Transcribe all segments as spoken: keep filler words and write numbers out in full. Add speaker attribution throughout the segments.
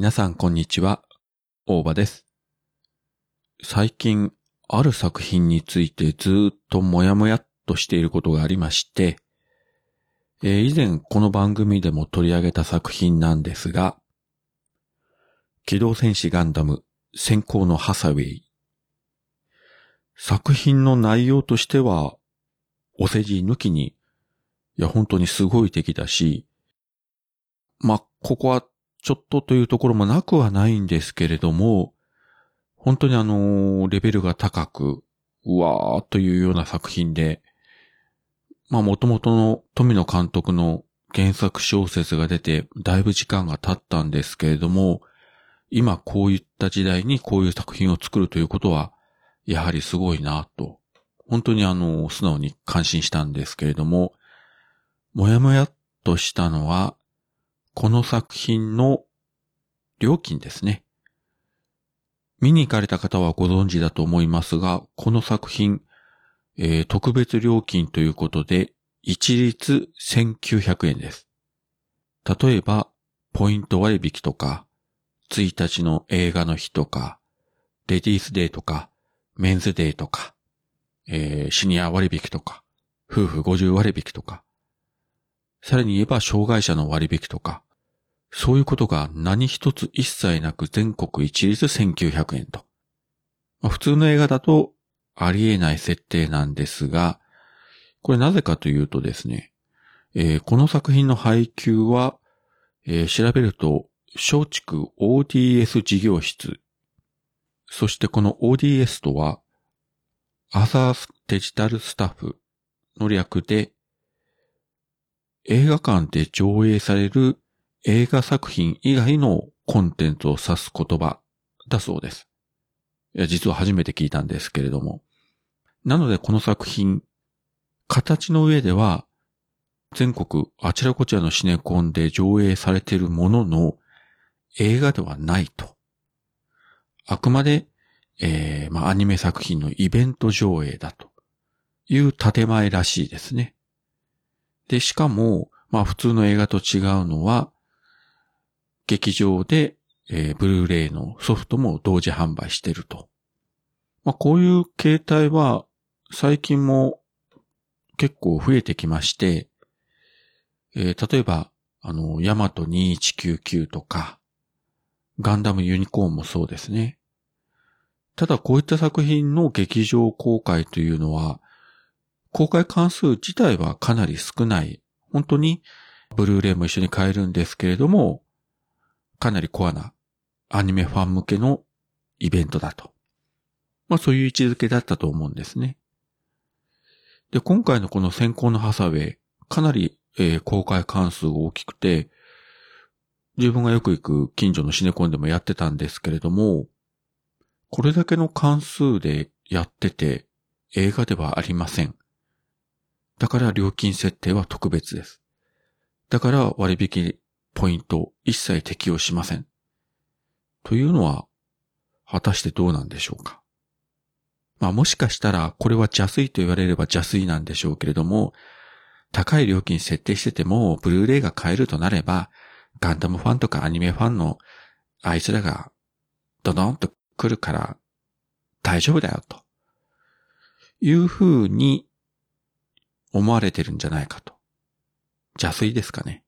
Speaker 1: 皆さんこんにちは、大場です。最近、ある作品についてずっともやもやっとしていることがありまして、えー、以前この番組でも取り上げた作品なんですが、機動戦士ガンダム閃光のハサウェイ。作品の内容としては、お世辞抜きに、いや本当にすごい敵だし、まあ、ここはちょっとというところもなくはないんですけれども、本当にあの、レベルが高く、うわーというような作品で、まあ元々の富野監督の原作小説が出てだいぶ時間が経ったんですけれども、今こういった時代にこういう作品を作るということは、やはりすごいなと、本当にあの、素直に感心したんですけれども、もやもやっとしたのは、この作品の料金ですね。見に行かれた方はご存知だと思いますが、この作品、えー、特別料金ということで、一律せんきゅうひゃくえんです。例えば、ポイント割引とか、ついたちの映画の日とか、レディースデーとか、メンズデーとか、えー、シニア割引とか、夫婦ごじゅう割引とか、さらに言えば障害者の割引とか、そういうことが何一つ一切なく全国一律せんきゅうひゃくえんと。まあ、普通の映画だとありえない設定なんですが、これなぜかというとですね、えー、この作品の配給は、えー、調べると松竹 オーディーエス 事業室、そしてこの オーディーエス とはアザーデジタルスタッフの略で、映画館で上映される映画作品以外のコンテンツを指す言葉だそうです。いや、実は初めて聞いたんですけれども。なのでこの作品、形の上では全国あちらこちらのシネコンで上映されているものの映画ではないと。あくまで、えー、まあアニメ作品のイベント上映だという建前らしいですね。で、しかも、まあ普通の映画と違うのは、劇場で、えー、ブルーレイのソフトも同時販売していると。まあこういう形態は最近も結構増えてきまして、えー、例えば、あの、ヤマトにせんひゃくきゅうじゅうきゅうとか、ガンダムユニコーンもそうですね。ただこういった作品の劇場公開というのは、公開関数自体はかなり少ない。本当にブルーレイも一緒に買えるんですけれども、かなりコアなアニメファン向けのイベントだと。まあそういう位置づけだったと思うんですね。で、今回のこの閃光のハサウェイ、かなり、えー、公開関数が大きくて、自分がよく行く近所のシネコンでもやってたんですけれども、これだけの関数でやってて映画ではありません。だから料金設定は特別です。だから割引ポイント一切適用しません。というのは果たしてどうなんでしょうか。まあもしかしたらこれは邪推と言われれば邪推なんでしょうけれども、高い料金設定しててもブルーレイが買えるとなれば、ガンダムファンとかアニメファンのあいつらがドドンと来るから大丈夫だよという風に思われてるんじゃないかと。邪推ですかね。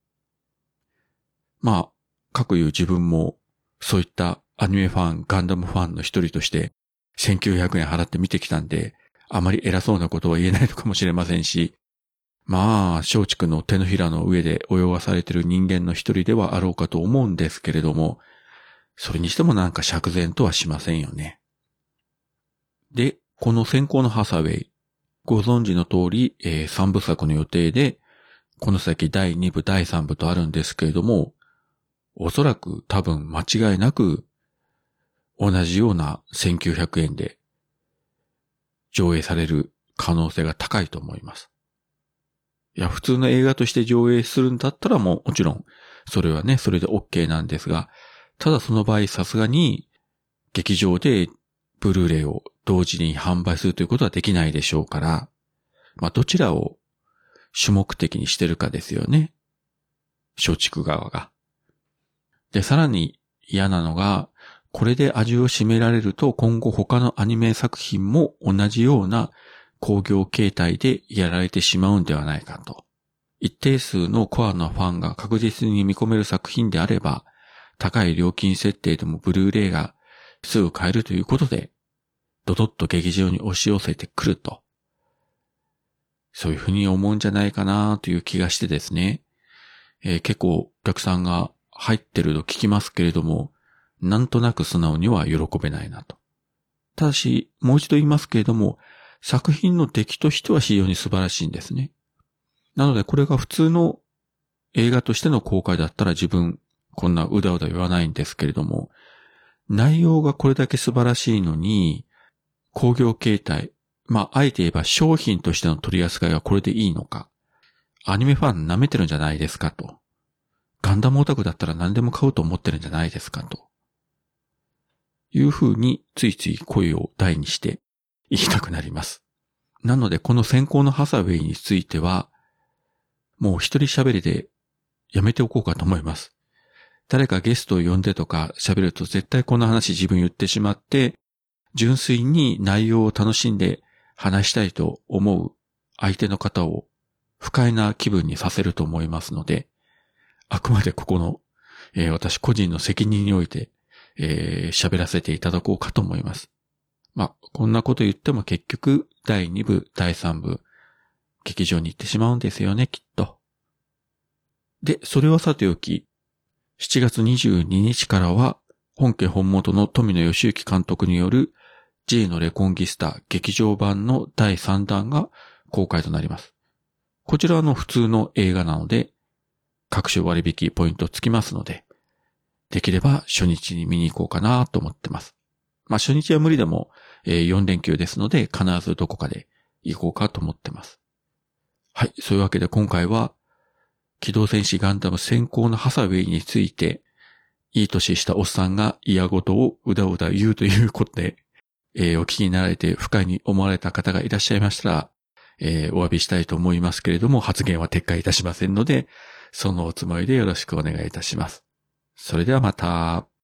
Speaker 1: まあ、各言う自分もそういったアニメファン、ガンダムファンの一人としてせんきゅうひゃくえん払って見てきたんで、あまり偉そうなことは言えないのかもしれませんし、まあ、松竹の手のひらの上で泳がされている人間の一人ではあろうかと思うんですけれども、それにしてもなんか釈然とはしませんよね。で、この閃光のハサウェイ、ご存知の通り、えー、さんぶさくの予定で、この先だいにぶ、だいさんぶとあるんですけれども、おそらく多分間違いなく同じようなせんきゅうひゃくえんで上映される可能性が高いと思います。いや、普通の映画として上映するんだったらもうもちろん、それはね、それで OK なんですが、ただその場合さすがに劇場でブルーレイを同時に販売するということはできないでしょうから、まあどちらを主目的にしてるかですよね。松竹側が。 で、さらに嫌なのが、これで味を占められると今後他のアニメ作品も同じような興行形態でやられてしまうんではないかと。一定数のコアなファンが確実に見込める作品であれば、高い料金設定でもブルーレイがすぐ買えるということで、ドドッと劇場に押し寄せてくると。そういうふうに思うんじゃないかなという気がしてですね、えー、結構お客さんが入ってると聞きますけれども、なんとなく素直には喜べないなと。ただし、もう一度言いますけれども、作品の出来としては非常に素晴らしいんですね。なのでこれが普通の映画としての公開だったら自分こんなうだうだ言わないんですけれども、内容がこれだけ素晴らしいのに、興行形態、まあ、あえて言えば商品としての取り扱いがこれでいいのか。アニメファン舐めてるんじゃないですかと。ガンダムオタクだったら何でも買うと思ってるんじゃないですかと。いうふうについつい声を大にして言いたくなります。なのでこの先行のハサウェイについては、もう一人喋りでやめておこうかと思います。誰かゲストを呼んでとか喋ると絶対この話自分言ってしまって、純粋に内容を楽しんで話したいと思う相手の方を不快な気分にさせると思いますので、あくまでここの、えー、私個人の責任においてえー、喋らせていただこうかと思います。まあ、こんなこと言っても結局だいにぶ、だいさんぶ劇場に行ってしまうんですよね、きっと。で、それはさておき、しちがつにじゅうににちからは本家本元の富野義行監督による G のレコンギスタ劇場版のだいさんだんが公開となります。こちらの普通の映画なので、各種割引ポイントつきますので、できれば初日に見に行こうかなと思ってます。まあ初日は無理でもよんれんきゅうですので必ずどこかで行こうかと思ってます。はい、そういうわけで今回は機動戦士ガンダム先行のハサウェイについていい年したおっさんが嫌事をうだうだ言うということで、えー、お聞きになられて不快に思われた方がいらっしゃいましたら、えー、お詫びしたいと思いますけれども発言は撤回いたしませんので、そのおつもりでよろしくお願いいたします。それではまた。